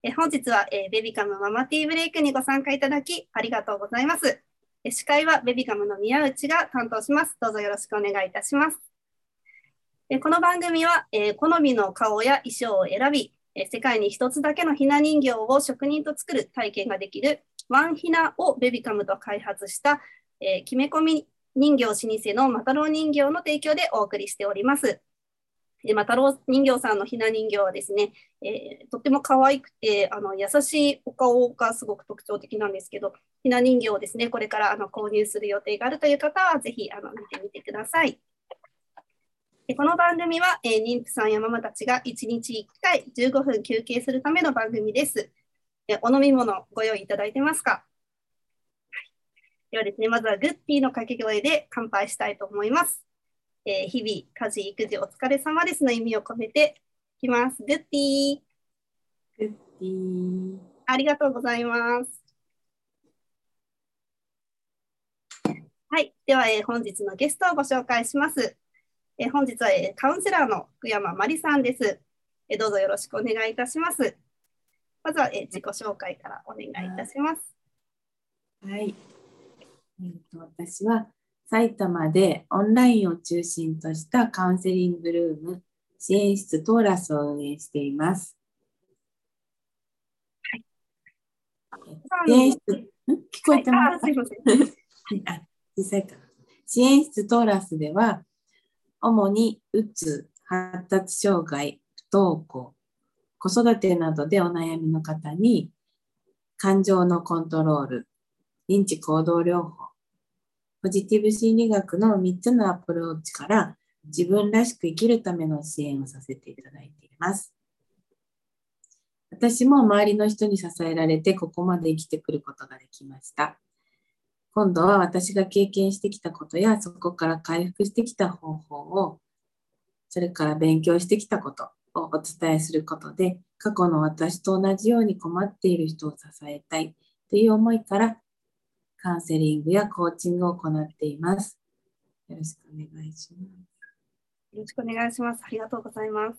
本日は、ベビカムママティーブレイクにご参加いただきありがとうございます。司会はベビカムの宮内が担当します。どうぞよろしくお願いいたします。この番組は、好みの顔や衣装を選び、世界に一つだけのひな人形を職人と作る体験ができるワンひなをベビカムと開発した、決め込み人形老舗のマタロウ人形の提供でお送りしております。マタロウ人形さんのひな人形はですね、とっても可愛くて優しいお顔がすごく特徴的なんですけど、ひな人形をですね、これから購入する予定があるという方はぜひ見てみてください。この番組は、妊婦さんやママたちが1日1回15分休憩するための番組です。お飲み物ご用意いただいてますか？ではですね、まずはグッディの掛け声で乾杯したいと思います。日々、家事、育児お疲れ様ですの意味を込めていきます。グッディ。 グッディ。 ありがとうございます。はい。では、本日のゲストをご紹介します。本日は、カウンセラーの福山真理さんです。どうぞよろしくお願いいたします。まずは、自己紹介からお願いいたします。 はい。私は埼玉でオンラインを中心としたカウンセリングルーム支援室トーラスを運営しています。 はい、 支援室、聞こえてますか？ すいません。 小さいかな。支援室トーラスでは、主にうつ、発達障害、不登校、子育てなどでお悩みの方に、感情のコントロール、認知行動療法、ポジティブ心理学の3つのアプローチから自分らしく生きるための支援をさせていただいています。私も周りの人に支えられてここまで生きてくることができました。今度は私が経験してきたことやそこから回復してきた方法を、それから勉強してきたことをお伝えすることで、過去の私と同じように困っている人を支えたいという思いからカウンセリングやコーチングを行っています。よろしくお願いします。 よろしくお願いします。ありがとうございます。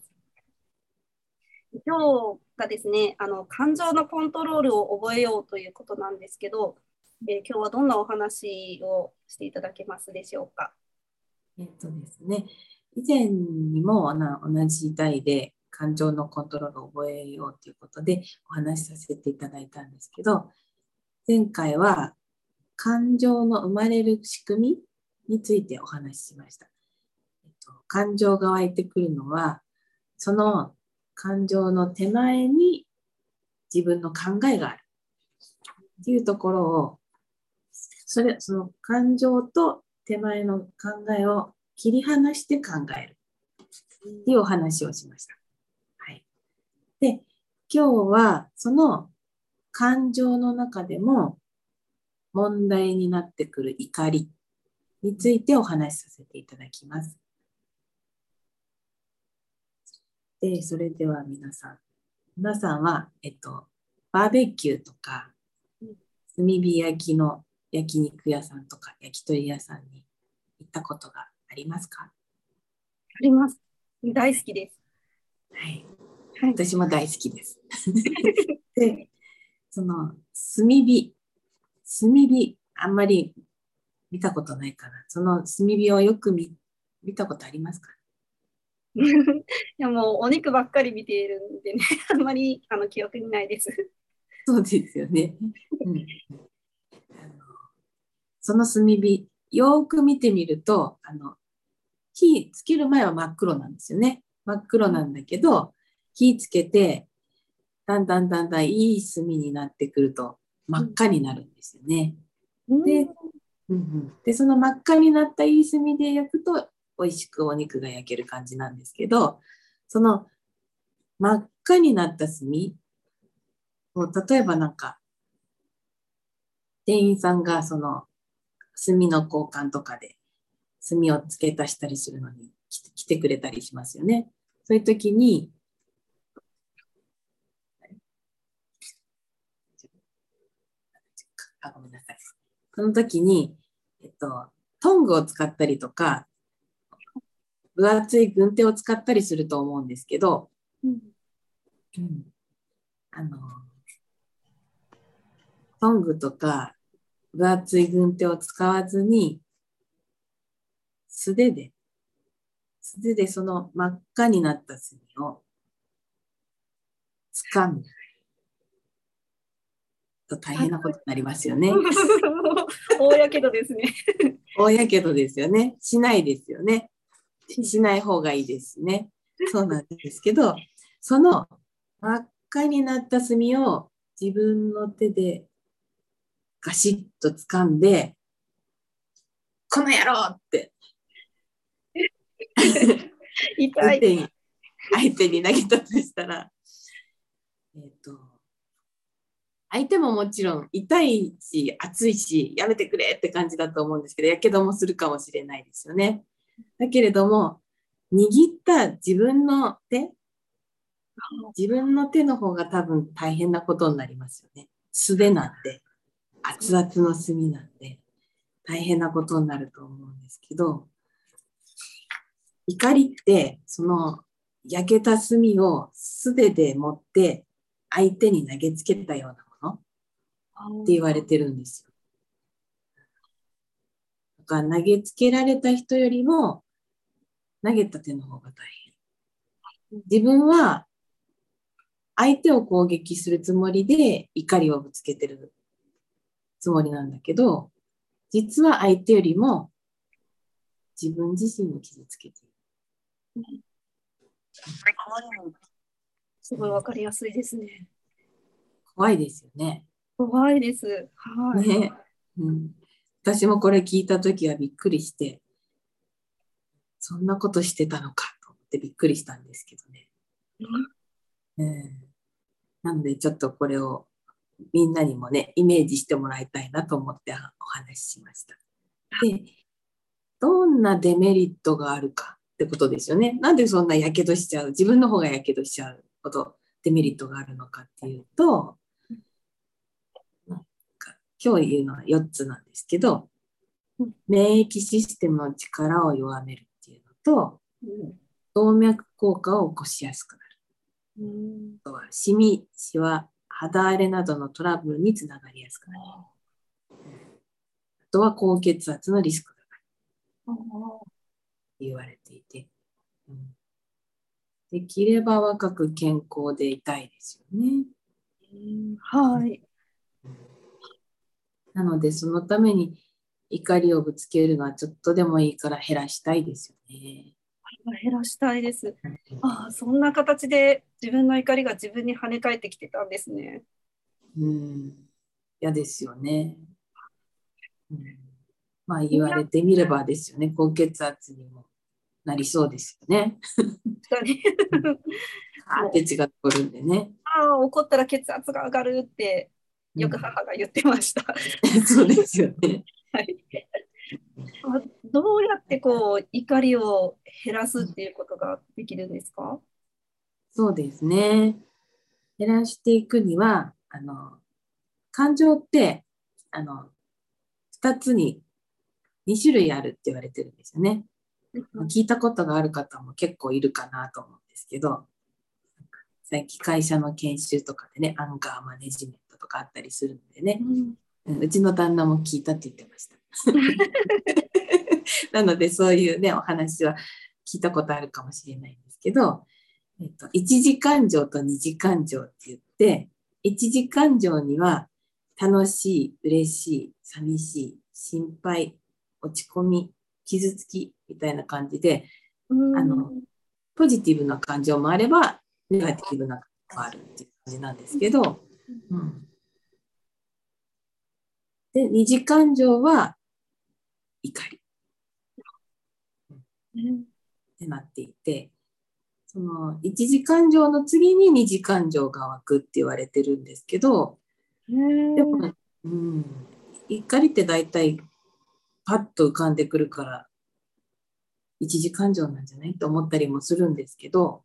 今日がですね、感情のコントロールを覚えようということなんですけど、今日はどんなお話をしていただけますでしょうか。 ですね、以前にも同じ題で感情のコントロールを覚えようということでお話しさせていただいたんですけど、前回は感情の生まれる仕組みについてお話ししました。感情が湧いてくるのは、その感情の手前に自分の考えがあるっていうところを、その感情と手前の考えを切り離して考えるっていうお話をしました。はい。で、今日はその感情の中でも問題になってくる怒りについてお話しさせていただきます。で、それでは皆さんは、バーベキューとか、炭火焼きの焼肉屋さんとか焼き鳥屋さんに行ったことがありますか？ あります。大好きです。 はい。 はい、 私も大好きです。で、その炭火、あんまり見たことないかな。その炭火をよく見たことありますか？ いやもうお肉ばっかり見ているんでね、あんまり記憶にないです。 そうですよね。うん、その炭火、よく見てみると、火つける前は真っ黒なんですよね。真っ黒なんだけど、火つけて、だんだんいい炭になってくると真っ赤になるんですよね。で、その真っ赤になったいい炭で焼くと美味しくお肉が焼ける感じなんですけど、その真っ赤になった炭を、例えば店員さんがその炭の交換とかで炭を付け足したりするのに来てくれたりしますよね。そういう時に、ごめんなさい。その時に、トングを使ったりとか、分厚い軍手を使ったりすると思うんですけど、 あのトングとか分厚い軍手を使わずに素手でその真っ赤になった墨を掴むと大変なことになりますよね。 大やけどですね。 大やけどですよね。しないですよね。しない方がいいですね。そうなんですけど、その真っ赤になった墨を自分の手でガシッと掴んで、この野郎って痛い。 相手に投げたとしたら、相手ももちろん痛いし熱いしやめてくれって感じだと思うんですけど、やけどもするかもしれないですよね。だけれども握った自分の手の方が多分大変なことになりますよね。素手なんで、熱々の炭なんで大変なことになると思うんですけど、怒りってその焼けた炭を素手で持って相手に投げつけたようなものって言われてるんですよ。だから投げつけられた人よりも投げた手の方が大変。自分は相手を攻撃するつもりで怒りをぶつけてるつもりなんだけど、実は相手よりも自分自身を傷つけている。 すごいわかりやすいですね。 怖いですよね。 怖いです。はい。 ね、私もこれ聞いたときはびっくりして、そんなことしてたのかと思ってびっくりしたんですけどね。なのでちょっとこれをみんなにもね、イメージしてもらいたいなと思ってお話ししました。で、どんなデメリットがあるかってことですよね。なんでそんなやけどしちゃう、自分の方がやけどしちゃうほどデメリットがあるのかっていうと、今日言うのは4つなんですけど、免疫システムの力を弱めるっていうのと、動脈硬化を起こしやすくなる。あとはシミ、シワ、肌荒れなどのトラブルにつながりやすくなる。あとは高血圧のリスクが上がると言われていて、できれば若く健康でいたいですよね。 はい。 なのでそのために怒りをぶつけるのはちょっとでもいいから減らしたいですよね。 減らしたいです。ああ、そんな形で自分の怒りが自分に跳ね返ってきてたんですね。 嫌ですよね。まあ言われてみればですよね。高血圧にもなりそうですよね。って血が通るんでね。 ああ、怒ったら血圧が上がるってよく母が言ってました。 そうですよね。 はい。どうやってこう怒りを減らすっていうことができるんですか？ そうですね。減らしていくには、感情って、2つに、2種類あるって言われてるんですよね。聞いたことがある方も結構いるかなと思うんですけど、最近会社の研修とかでね、アンガーマネジメントとかあったりするんでね、うちの旦那も聞いたって言ってました。なのでそういうね、お話は聞いたことあるかもしれないんですけど、一次感情と二次感情って言って、一次感情には楽しい、嬉しい、寂しい、心配、落ち込み、傷つきみたいな感じで、ポジティブな感情もあれば、ネガティブな感情もあるっていう感じなんですけど、で、二次感情は怒り、ってなっていて、その一次感情の次に二次感情が湧くって言われてるんですけど、でも、怒りって大体パッと浮かんでくるから一次感情なんじゃないと思ったりもするんですけど、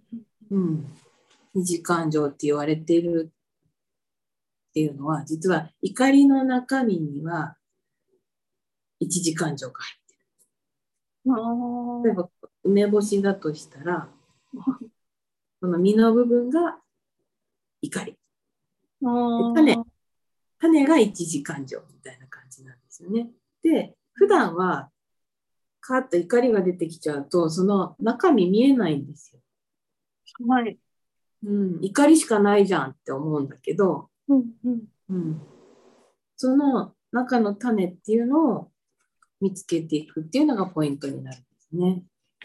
二次感情って言われているっていうのは、実は怒りの中身には一次感情が入ってる。例えば梅干しだとしたら、この実の部分が怒り。でおー種が一時感情みたいな感じなんですよね。で、普段はカーッと怒りが出てきちゃうと、その中身見えないんですよ。 はい。 怒りしかないじゃんって思うんだけど、 うんうん。 その中の種っていうのを見つけていくっていうのがポイントになるんですね。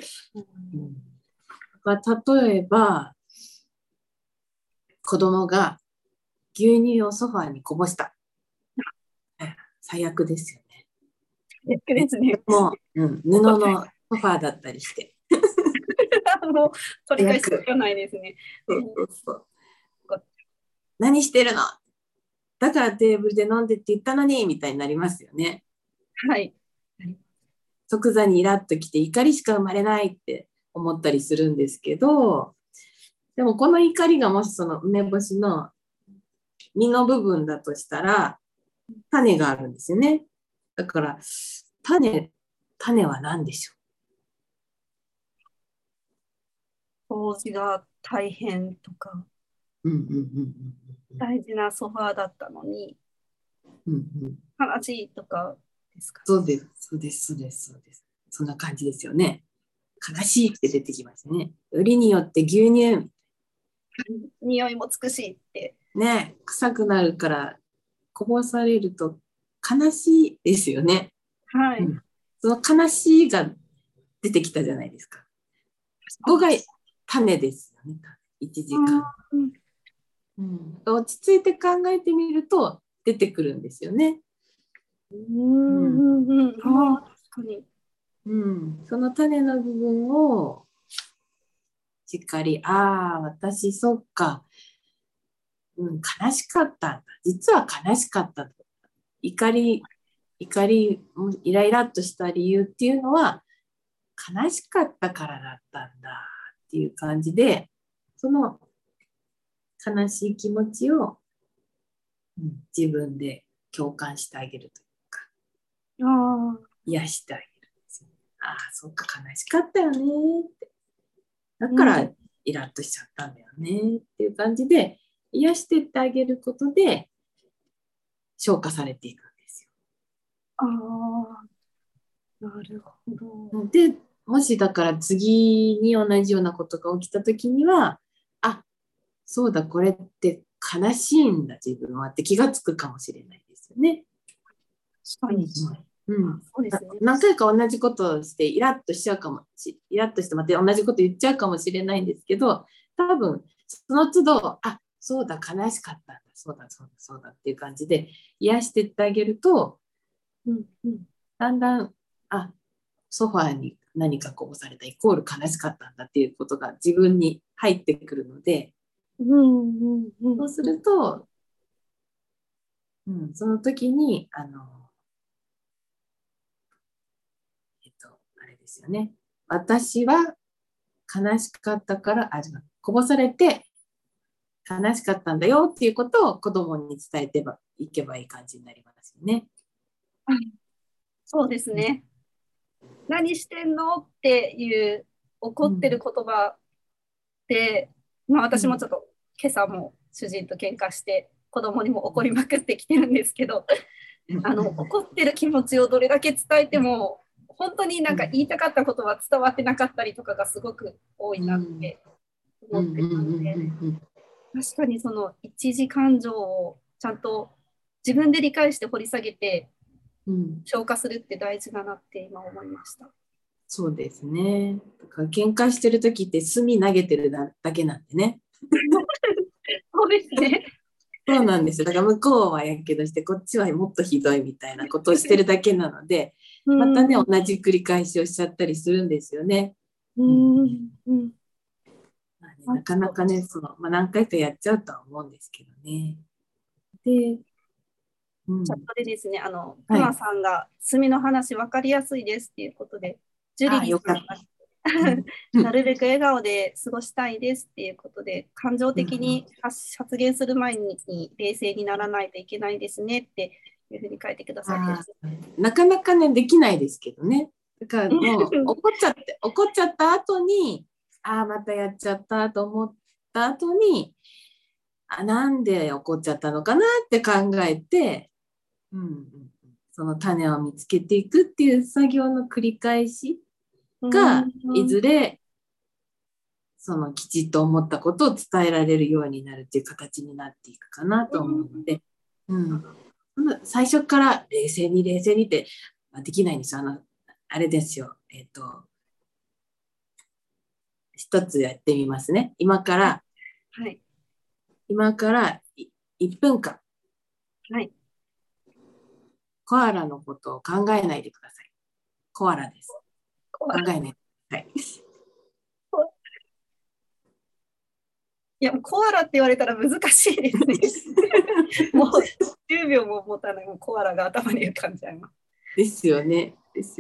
だから例えば、子供が牛乳をソファーにこぼした。最悪ですよね。 逆ですね。 もう、布のソファーだったりして。 もう取り返しつかないですね。 そう何してるの？だからテーブルで飲んでって言ったのにみたいになりますよね。 はい。 即座にイラッときて怒りしか生まれないって思ったりするんですけど、でもこの怒りがもしその梅干しの実の部分だとしたら、種があるんですよね。だから種は何でしょ掃除が大変とか、 う？ 大事なソファーだったのに、悲しいとかですか？ そうです、そうです、そうです、そうです。そんな感じですよね。悲しいって出てきますね。よりによって牛乳、 匂いもつくしって。 ね、臭くなるからこぼされると悲しいですよね。 はい。 その悲しいが出てきたじゃないですか。ここが種ですよね。一時間。落ち着いて考えてみると出てくるんですよね。 確かに。 その種の部分をしっかり、私、そっか、悲しかったんだ。実は悲しかった。怒り、イライラっとした理由っていうのは、悲しかったからだったんだっていう感じで、その悲しい気持ちを、自分で共感してあげるというか、癒してあげるんですよ。そうか、悲しかったよねって。だからイラッとしちゃったんだよねっていう感じで、癒してってあげることで消化されていくんですよ。なるほど。 で、もしだから次に同じようなことが起きた時には、そうだ、これって悲しいんだ、自分はって気がつくかもしれないですよね。 確かに。そうですね。 何回か同じことをしてイラッとしちゃうかもイラッとしてまた同じこと言っちゃうかもしれないんですけど、多分その都度そうだ、悲しかったんだ、そうだそうだそうだっていう感じで癒していってあげると、だんだんソファーに何かこぼされたイコール悲しかったんだっていうことが自分に入ってくるので、そうすると、その時にあれですよね。私は悲しかったからこぼされて悲しかったんだよっていうことを子供に伝えていけばいい感じになりますよね。 そうですね。何してんのっていう怒ってる言葉で、私もちょっと今朝も主人と喧嘩して子供にも怒りまくってきてるんですけど、怒ってる気持ちをどれだけ伝えても本当になんか言いたかったことは伝わってなかったりとかがすごく多いなって思ってたので、確かにその一時感情をちゃんと自分で理解して掘り下げて消化するって大事だなって今思いました。 そうですね。だから喧嘩してる時って炭投げてるだけなんでね。 そうですね。 そうなんですよ。だから向こうはやけどしてこっちはもっとひどいみたいなことをしてるだけなので、またね同じ繰り返しをしちゃったりするんですよね。なかなかね何回かやっちゃうとは思うんですけどね。で、 チャットでですね、くまさんが炭の話分かりやすいですっていうことで、ジュリリさんがなるべく笑顔で過ごしたいですっていうことで、感情的に発言する前に冷静にならないといけないですねっていうふうに書いてくださってなかなかねできないですけどね。だからもう怒っちゃった後にまたやっちゃったと思った後になんで怒っちゃったのかなって考えて、その種を見つけていくっていう作業の繰り返しが、いずれそのきちっと思ったことを伝えられるようになるっていう形になっていくかなと思うので、最初から冷静にってできないんですよ。あれですよ。一つやってみますね。今から1分間。コアラのことを考えないでください。コアラです。考えないで。はい。 いや、コアラって言われたら難しいですね。もう10秒も持たない、もうコアラが頭に浮かんじゃいます。 ですよね。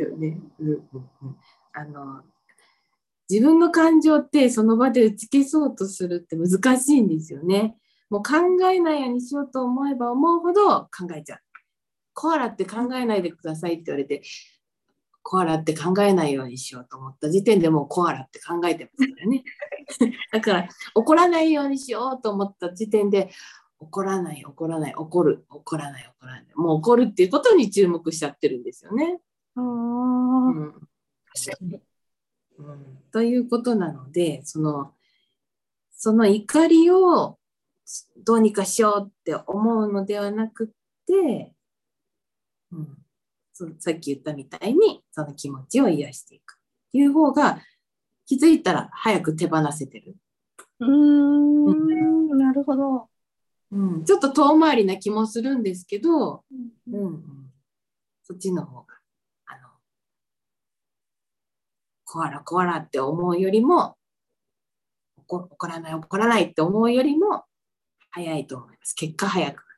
自分の感情ってその場で打ち消そうとするって難しいんですよね。もう考えないようにしようと思えば思うほど考えちゃう。コアラって考えないでくださいって言われて、コアラって考えないようにしようと思った時点でもうコアラって考えてますからね。だから怒らないようにしようと思った時点で怒らない、怒らない、怒る、怒らない、怒らない。もう怒るっていうことに注目しちゃってるんですよね。 確かに。 ということなので、その怒りをどうにかしようって思うのではなくて、さっき言ったみたいにその気持ちを癒していくっていう方が気づいたら早く手放せてる。 なるほど。 ちょっと遠回りな気もするんですけど、そっちの方がコアラって思うよりも怒らないって思うよりも早いと思います。結果早くなる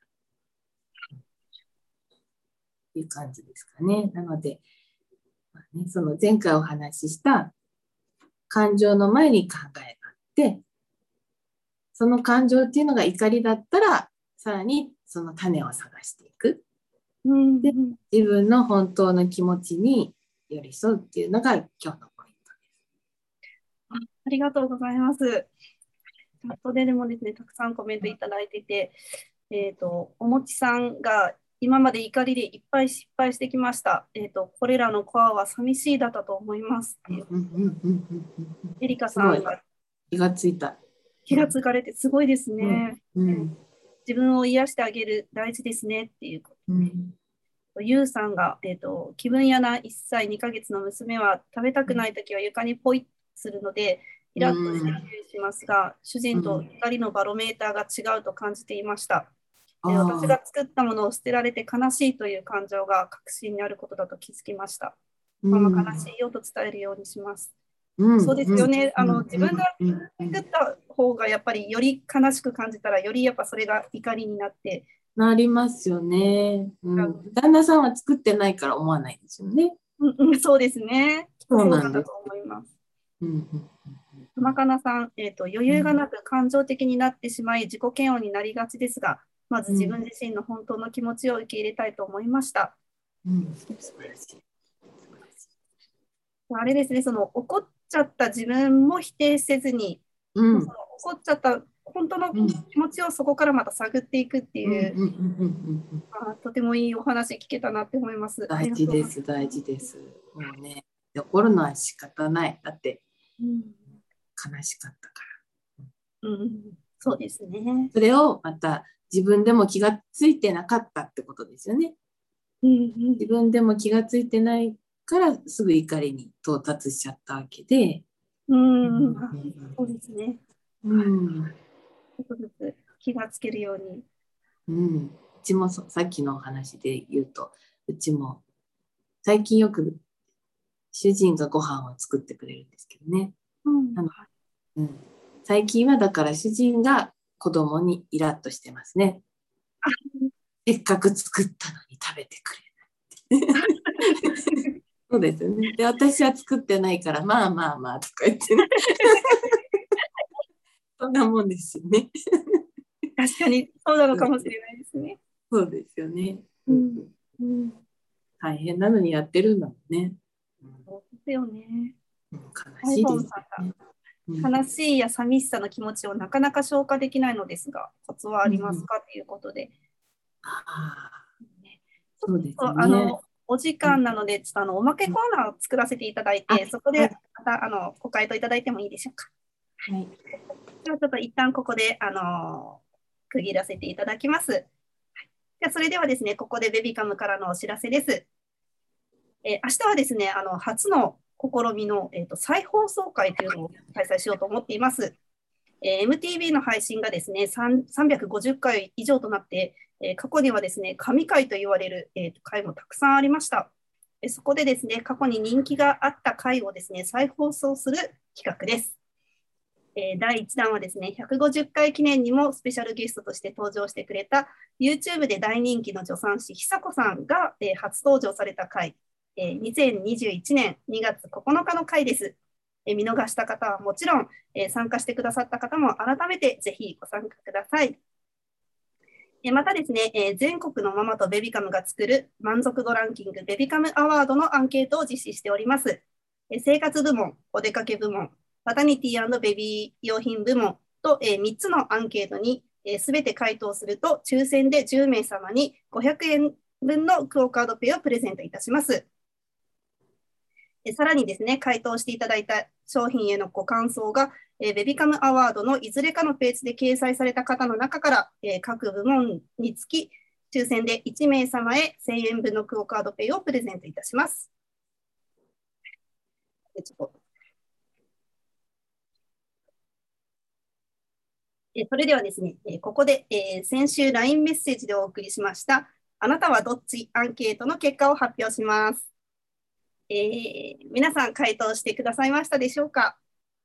っていう感じですかね。なので、その前回お話しした感情の前に考えがあって、その感情っていうのが怒りだったら、さらにその種を探していく。で、自分の本当の気持ちに寄り添うっていうのが今日のポイントです。 ありがとうございます。チャットでもですね、たくさんコメントいただいてて、おもちさんが今まで怒りでいっぱい失敗してきました。これらのコアは寂しいだったと思います。エリカさんが気がついた。 気がつかれてすごいですね。自分を癒してあげる大事ですねっていうこと。ゆうさんが、気分屋な1歳2ヶ月の娘は食べたくないときは床にポイッするので、イラッとして注意しますが、主人と怒りのバロメーターが違うと感じていました。私が作ったものを捨てられて悲しいという感情が核心にあることだと気づきました。ママ悲しいよと伝えるようにします。そうですよね。自分が作った方がやっぱりより悲しく感じたら、よりやっぱそれが怒りになって。 なりますよね。旦那さんは作ってないから思わないですよね。 そうですね。そうなんだと思います。玉かなさん、余裕がなく感情的になってしまい自己嫌悪になりがちですが、まず自分自身の本当の気持ちを受け入れたいと思いました。素晴らしい。あれですね、その怒っちゃった自分も否定せずに、その怒っちゃった本当の気持ちをそこからまた探っていくっていう、とてもいいお話聞けたなって思います。 大事です、大事です。もうね、怒るのは仕方ない。だって、悲しかったから。 そうですね。 それをまた自分でも気がついてなかったってことですよね。自分でも気がついてないからすぐ怒りに到達しちゃったわけで。 そうですね。ちょっとずつ気がつけるように。 うちもさっきのお話で言うと、うちも最近よく主人がご飯を作ってくれるんですけどね。最近はだから主人が子供にイラッとしてますね。せっかく作ったのに食べてくれない。そうですよね。で、私は作ってないから、まあまあまあとか言ってね。そんなもんですよね。 確かにそうなのかもしれないですね。 そうですよね。大変なのにやってるんだもんね。 そうですよね。 悲しいですね。 悲しいや寂しさの気持ちをなかなか消化できないのですが、コツはありますかということで。 そうですね。 お時間なので、ちょっとおまけコーナーを作らせていただいて、そこでまたご回答いただいてもいいでしょうか。はい。ではちょっと一旦ここで区切らせていただきます。はい、じゃそれではですね、ここでベビカムからのお知らせです。明日はですね、初の試みの、再放送会というのを開催しようと思っています。MTV の配信がですね、350回以上となって、過去にはですね、神回と言われる、回もたくさんありました。そこでですね、過去に人気があった回をですね、再放送する企画です。第1弾はですね、150回記念にもスペシャルゲストとして登場してくれた YouTube で大人気の助産師久子さんが、初登場された回、2021年2月9日の回です。見逃した方はもちろん、参加してくださった方も改めてぜひご参加ください。またですね、全国のママとベビカムが作る満足度ランキングベビカムアワードのアンケートを実施しております。生活部門、お出かけ部門、マタニティ&ベビー用品部門と3つのアンケートにすべて回答すると抽選で10名様に500円分のクオカードペイをプレゼントいたします。さらにですね、回答していただいた商品へのご感想が、ベビカムアワードのいずれかのページで掲載された方の中から、各部門につき、抽選で1名様へ1000円分のクオカードペイをプレゼントいたします。それではですね、ここで、先週 LINE メッセージでお送りしました、あなたはどっちアンケートの結果を発表します。皆さん回答してくださいましたでしょうか。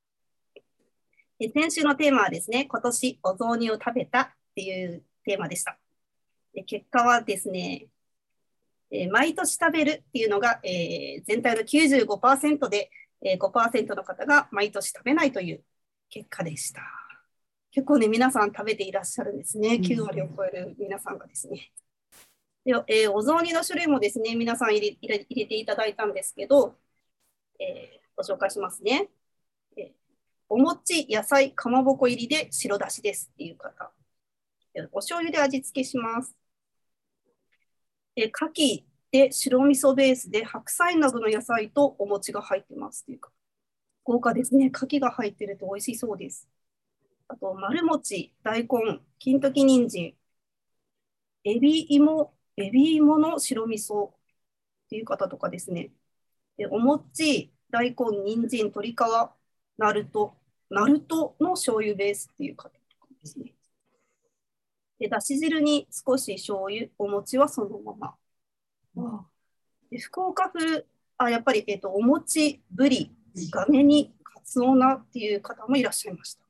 先週のテーマはですね、今年お雑煮を食べたっていうテーマでした。結果はですね、毎年食べるっていうのが、全体の 95% で、5% の方が毎年食べないという結果でした。結構ね、皆さん食べていらっしゃるんですね。9割を超える皆さんがですね。でお雑煮の種類もですね、皆さん入れていただいたんですけど、ご紹介しますね。お餅、野菜、かまぼこ入りで白だしですっていう方。お醤油で味付けします。牡蠣で白味噌ベースで白菜などの野菜とお餅が入ってますっていうか。豪華ですね。牡蠣が入ってると美味しそうです。あと、丸餅、大根、金時人参、エビ芋の白味噌っていう方とかですね。でお餅、大根、人参、鶏皮、ナルトの醤油ベースっていう方とかですね。でだし汁に少し醤油、お餅はそのまま。で福岡風、やっぱり、お餅、ぶり、がめ煮、かつお菜っていう方もいらっしゃいました。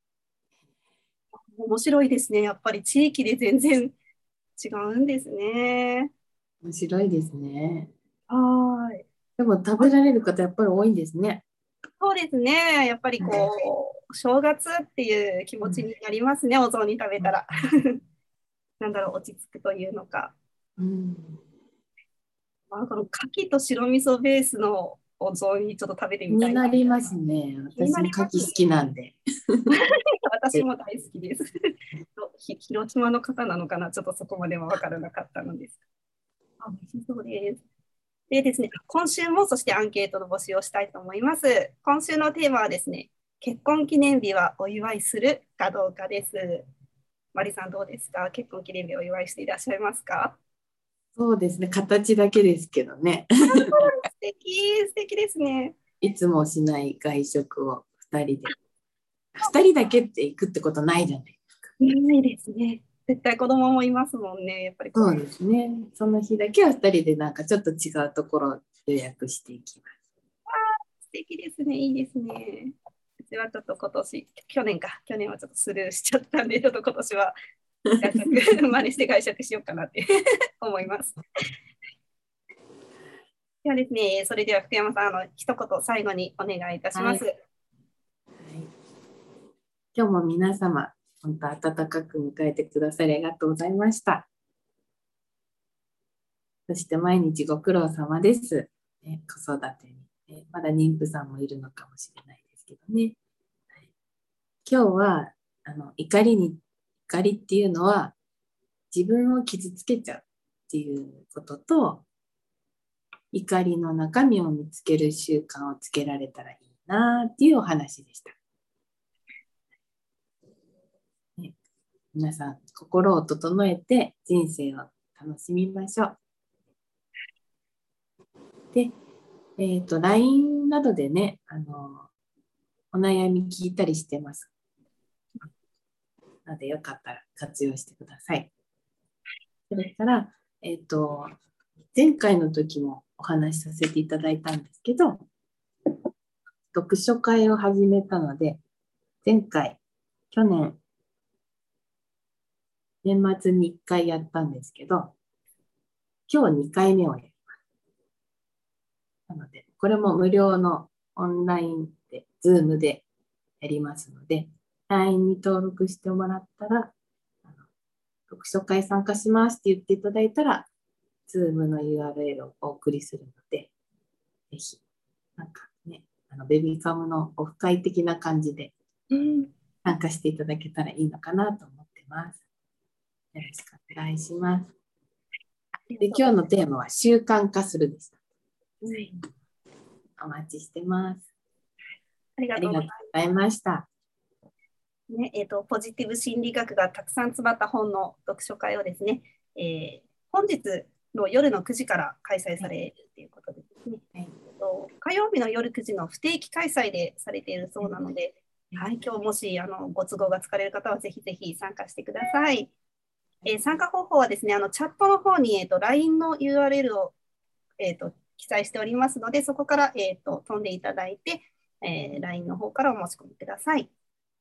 面白いですね。やっぱり地域で全然違うんですね。 面白いですね。 はい。 でも食べられる方やっぱり多いんですね。 そうですね。やっぱり正月っていう気持ちになりますね。お雑煮食べたら。なんだろう、落ち着くというのか。この牡蠣と白味噌ベースのお雑煮ちょっと食べてみたいなりますね。私も牡蠣好きなんで。 私も大好きです。広島の方なのかな、ちょっとそこまでは分からなかったのです。美味しそうです。でですね、今週もそしてアンケートの募集をしたいと思います。今週のテーマはですね、結婚記念日はお祝いするかどうかです。マリさんどうですか？結婚記念日お祝いしていらっしゃいますか？ そうですね、形だけですけどね。 素敵ですね。 いつもしない外食を2人で。2人だけって行くってことないじゃないですか。 ないですね。絶対子供もいますもんね。やっぱりそうですね。その日だけは2人でなんかちょっと違うところを予約していきます。 素敵ですね。いいですね。うちはちょっと去年はちょっとスルーしちゃったんで、ちょっと今年は外食真似して外食しようかなって思います。ではですね、それでは福山さん、一言最後にお願いいたします。 今日も皆様、本当温かく迎えてくださりありがとうございました。そして毎日ご苦労様です。子育てに、まだ妊婦さんもいるのかもしれないですけどね。 今日は怒りっていうのは自分を傷つけちゃうっていうことと、怒りの中身を見つける習慣をつけられたらいいなっていうお話でした。ね、皆さん心を整えて人生を楽しみましょう。で、LINE などでね、お悩み聞いたりしてます。なのでよかったら活用してください。それから、前回の時もお話しさせていただいたんですけど、読書会を始めたので、去年、年末に1回やったんですけど、今日2回目をやります。なので、これも無料のオンラインで、Zoom でやりますので、LINE に登録してもらったら、読書会参加しますって言っていただいたら、Zoom の URL をお送りするので、ぜひ、なんかね、ベビーカムのオフ会的な感じで参加していただけたらいいのかなと思ってます。よろしくお願いします。で、今日のテーマは習慣化するでした。お待ちしてます。 ありがとうございました。 ね、ポジティブ心理学がたくさん詰まった本の読書会をですね、本日の夜の9時から開催されるということでですね、火曜日の夜9時の不定期開催でされているそうなので、はい、今日もしご都合がつかれる方はぜひぜひ参加してください。参加方法はですね、チャットの方に、LINE の URL を、記載しておりますので、そこから、飛んでいただいて、LINE の方からお申し込みください。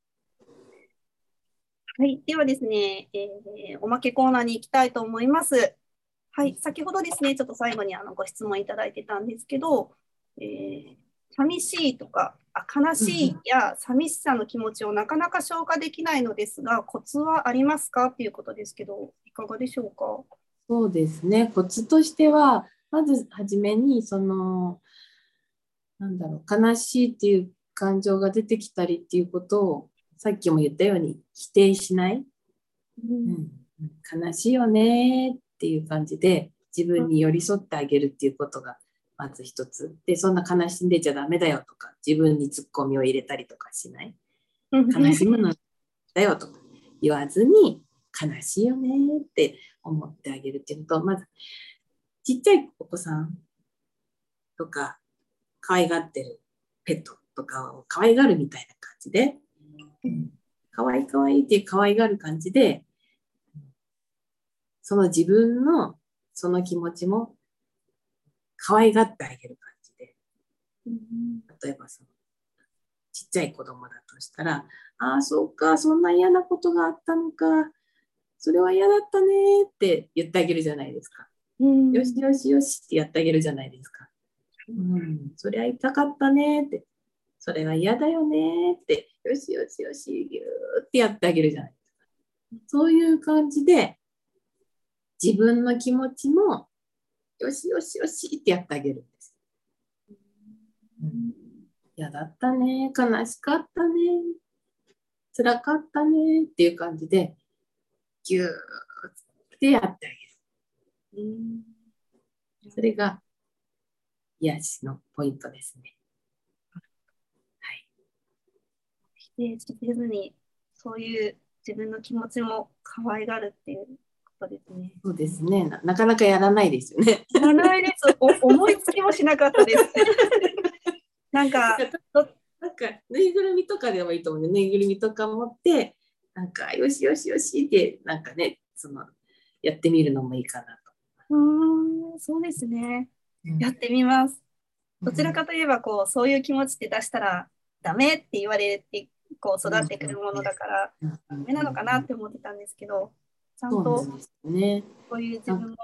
はい、ではですね、おまけコーナーに行きたいと思います。はい、先ほどですね、ちょっと最後にご質問いただいてたんですけど、寂しいとか悲しいや寂しさの気持ちをなかなか消化できないのですが、コツはありますかということですけど、いかがでしょうか。 そうですね、コツとしては、まずはじめに悲しいっていう感情が出てきたりっていうことをさっきも言ったように否定しない、悲しいよねっていう感じで自分に寄り添ってあげるっていうことがまず一つで、そんな悲しんでちゃダメだよとか自分にツッコミを入れたりとかしない、悲しむのだよとか言わずに悲しいよねって思ってあげるっていうのと、まずちっちゃいお子さんとか可愛がってるペットとかを可愛がるみたいな感じで、可愛い可愛いって可愛がる感じで、その自分のその気持ちも可愛がってあげる感じで、例えばちっちゃい子供だとしたら、ああそうか、そんな嫌なことがあったのか、それは嫌だったねって言ってあげるじゃないですか。よしよしよしってやってあげるじゃないですか。そりゃ痛かったねって、それは嫌だよねって、よしよしよし、ぎゅーってやってあげるじゃないですか。そういう感じで、自分の気持ちも、よしよしよしってやってあげるんです。嫌だったね、悲しかったね、辛かったねっていう感じで、ぎゅーってやってあげる。それが癒しのポイントですね。 否定せずに、そういう自分の気持ちも可愛がるっていうことですね。 そうですね。なかなかやらないですよね。 やらないです。思いつきもしなかったです。なんかぬいぐるみとかでもいいと思うね。ぬいぐるみとか持って、よしよしよしって、やってみるのもいいかなと。 そうですね。やってみます。どちらかといえば、そういう気持ちって出したらダメって言われて、育ってくるものだから、ダメなのかなって思ってたんですけど、ちゃんとそういう自分も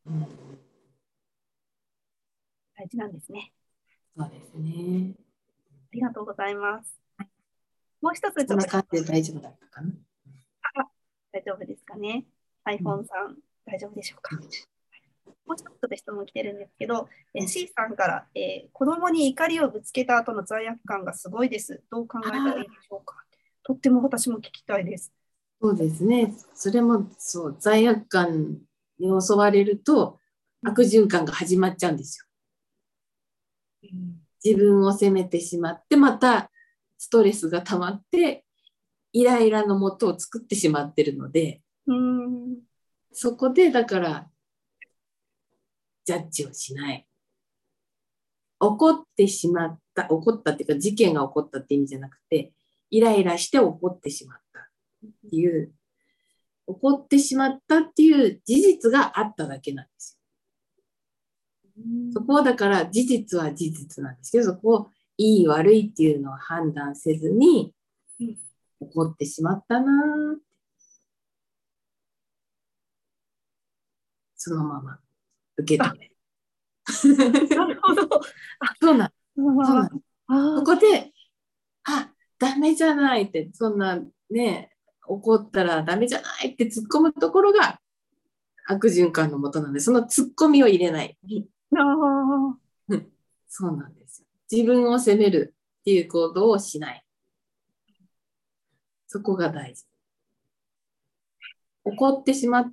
大事なんですね。 そうですね。 ありがとうございます。もう一つちょっと。こんな感じで大丈夫だったかな？ 大丈夫ですかね。iPhone さん、大丈夫でしょうか。もう一つ質問来てるんですけど、C さんから、子供に怒りをぶつけた後の罪悪感がすごいです。どう考えたらいいでしょうか。 とっても私も聞きたいです。 そうですね。それもそう、罪悪感に襲われると悪循環が始まっちゃうんですよ。自分を責めてしまって、またストレスが溜まって、イライラのもとを作ってしまってるので、そこでだからジャッジをしない。怒ってっていうか事件が起こったって意味じゃなくて、イライラして怒ってしまったっていう、怒ってしまったっていう事実があっただけなんですよ。そこはだから事実は事実なんですけど、そこをいい悪いっていうのを判断せずに、怒ってしまったなーって、そのまま受け止める。 なるほど。 そうなん。そこで、ダメじゃないって、そんなね、怒ったらダメじゃないって突っ込むところが悪循環のもとなんで、その突っ込みを入れない。そうなんですよ。自分を責めるっていう行動をしない。そこが大事。怒ってしまった、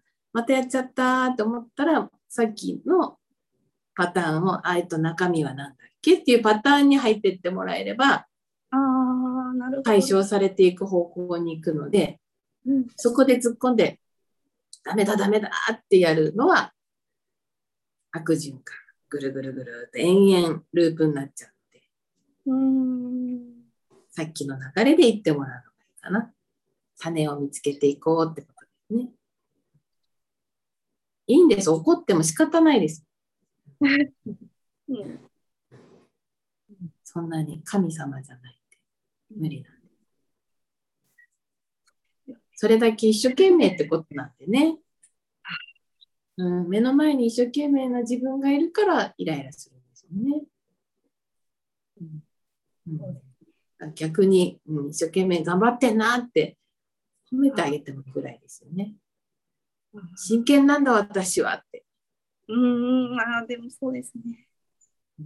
またやっちゃったって思ったら、さっきのパターンを、中身は何だっけっていうパターンに入っていってもらえれば、解消されていく方向に行くので、そこで突っ込んで、ダメだってやるのは悪循環。ぐるぐるぐるって延々ループになっちゃうので、さっきの流れで言ってもらうのがいいかな。種を見つけていこうってことですね。いいんです。怒っても仕方ないです。そんなに神様じゃないって無理なんで。それだけ一生懸命ってことなんでね。目の前に一生懸命な自分がいるからイライラするんですよね。逆に、一生懸命頑張ってんなって褒めてあげてもいいぐらいですよね。真剣なんだ私はって。 でもそうですね。す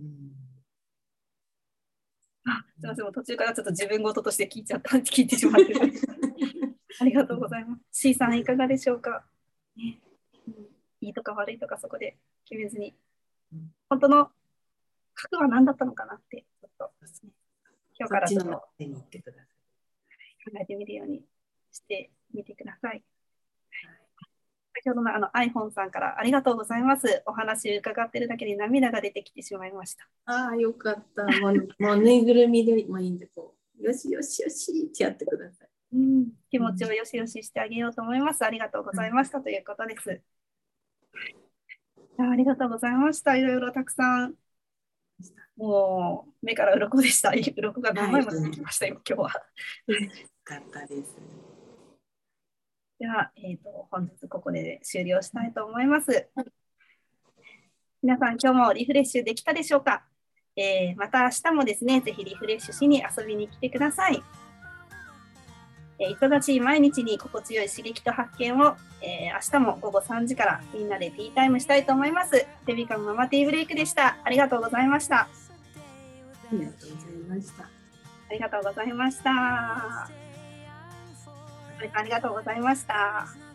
みません、途中からちょっと自分事として聞いてしまって。ありがとうございます。C さん、いかがでしょうか。いいとか悪いとかそこで決めずに、本当の核は何だったのかなって、ちょっと、今日からちょっと考えてみるようにしてみてください。先ほどのiPhone さんからありがとうございます。お話伺ってるだけで涙が出てきてしまいました。 よかった。もうぬいぐるみでもいいんで、よしよしよしってやってください。 気持ちをよしよししてあげようと思います。ありがとうございました、ということです。ありがとうございました。いろいろたくさん。もう目から鱗でした。鱗が何枚も出てきましたよ、今日は。 よかったです。 では、本日ここで終了したいと思います。皆さん、今日もリフレッシュできたでしょうか。また明日もですね、ぜひリフレッシュしに遊びに来てください。忙しい毎日に心地よい刺激と発見を、明日も午後3時からみんなでティータイムしたいと思います。ベビカムママティーブレイクでした。ありがとうございました。 ありがとうございました。 ありがとうございました。ありがとうございました。